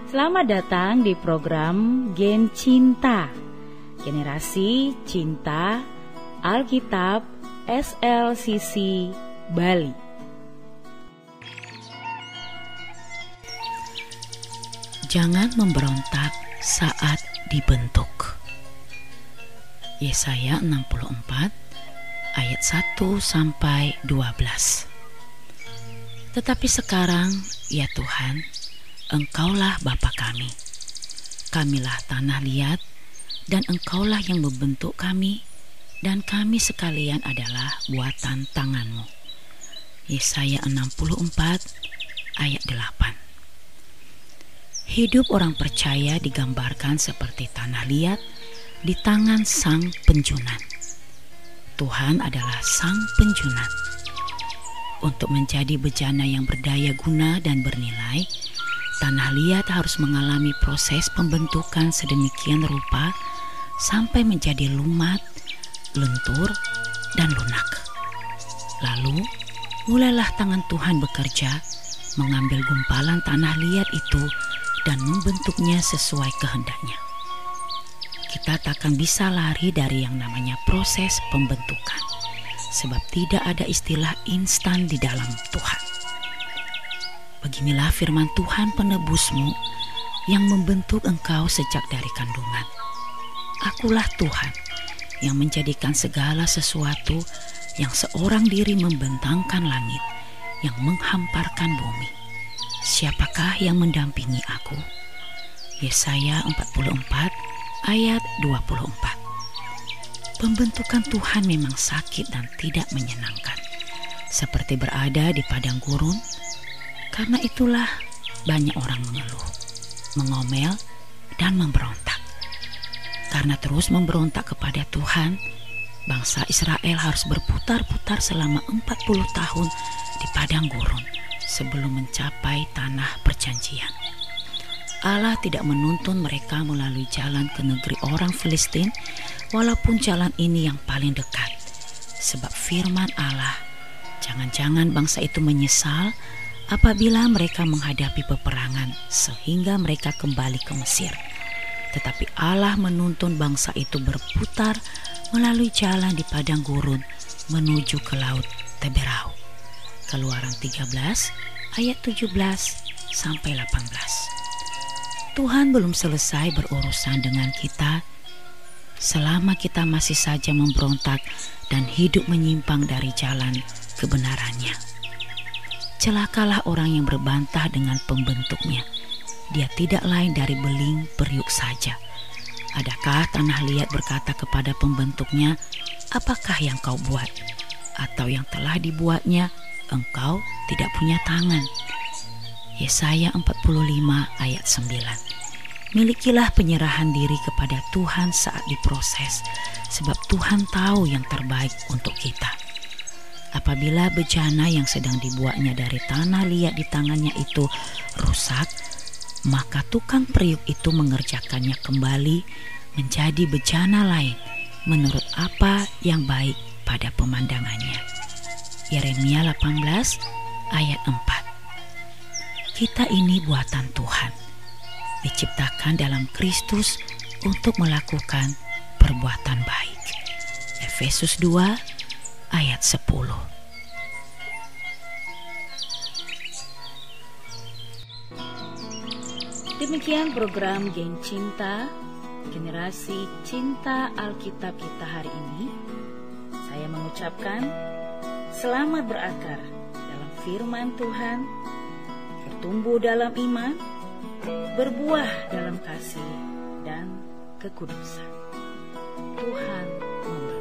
Selamat datang di program Gen Cinta, Generasi Cinta Alkitab SLCC Bali. Jangan memberontak saat dibentuk. Yesaya 64 ayat 1 sampai 12. Tetapi sekarang, ya Tuhan, Engkaulah Bapa kami. Kamilah tanah liat, dan Engkaulah yang membentuk kami, dan kami sekalian adalah buatan tangan-Mu. Yesaya 64 ayat 8. Hidup orang percaya digambarkan seperti tanah liat di tangan Sang Penjunan. Tuhan adalah Sang Penjunan. Untuk menjadi bejana yang berdaya guna dan bernilai, tanah liat harus mengalami proses pembentukan sedemikian rupa sampai menjadi lumat, lentur, dan lunak. Lalu, mulailah tangan Tuhan bekerja, mengambil gumpalan tanah liat itu dan membentuknya sesuai kehendaknya. Kita takkan bisa lari dari yang namanya proses pembentukan, sebab tidak ada istilah instan di dalam Tuhan. Beginilah firman Tuhan penebusmu yang membentuk engkau sejak dari kandungan. Akulah Tuhan yang menjadikan segala sesuatu yang seorang diri membentangkan langit, yang menghamparkan bumi. Siapakah yang mendampingi aku? Yesaya 44 ayat 24. Pembentukan Tuhan memang sakit dan tidak menyenangkan, seperti berada di padang gurun. Karena itulah banyak orang mengeluh, mengomel, dan memberontak. Karena terus memberontak kepada Tuhan, bangsa Israel harus berputar-putar selama 40 tahun di padang gurun sebelum mencapai tanah perjanjian. Allah tidak menuntun mereka melalui jalan ke negeri orang Filistin, walaupun jalan ini yang paling dekat. Sebab firman Allah, jangan-jangan bangsa itu menyesal apabila mereka menghadapi peperangan sehingga mereka kembali ke Mesir. Tetapi Allah menuntun bangsa itu berputar melalui jalan di padang gurun menuju ke laut Teberau. Keluaran 13 ayat 17 sampai 18. Tuhan belum selesai berurusan dengan kita selama kita masih saja memberontak dan hidup menyimpang dari jalan kebenarannya. Celakalah orang yang berbantah dengan pembentuknya. Dia tidak lain dari beling periuk saja. Adakah tanah liat berkata kepada pembentuknya, apakah yang kau buat? Atau yang telah dibuatnya, engkau tidak punya tangan. Yesaya 45 ayat 9. Milikilah penyerahan diri kepada Tuhan saat diproses, sebab Tuhan tahu yang terbaik untuk kita. Apabila bejana yang sedang dibuatnya dari tanah liat di tangannya itu rusak, maka tukang periuk itu mengerjakannya kembali menjadi bejana lain menurut apa yang baik pada pemandangannya. Yeremia 18 ayat 4. Kita ini buatan Tuhan, diciptakan dalam Kristus untuk melakukan perbuatan baik. Efesus 2 ayat 10. Demikian program Gen Cinta, Generasi Cinta Alkitab kita hari ini. Saya mengucapkan selamat berakar dalam firman Tuhan, bertumbuh dalam iman, berbuah dalam kasih dan kekudusan. Tuhan memberkati.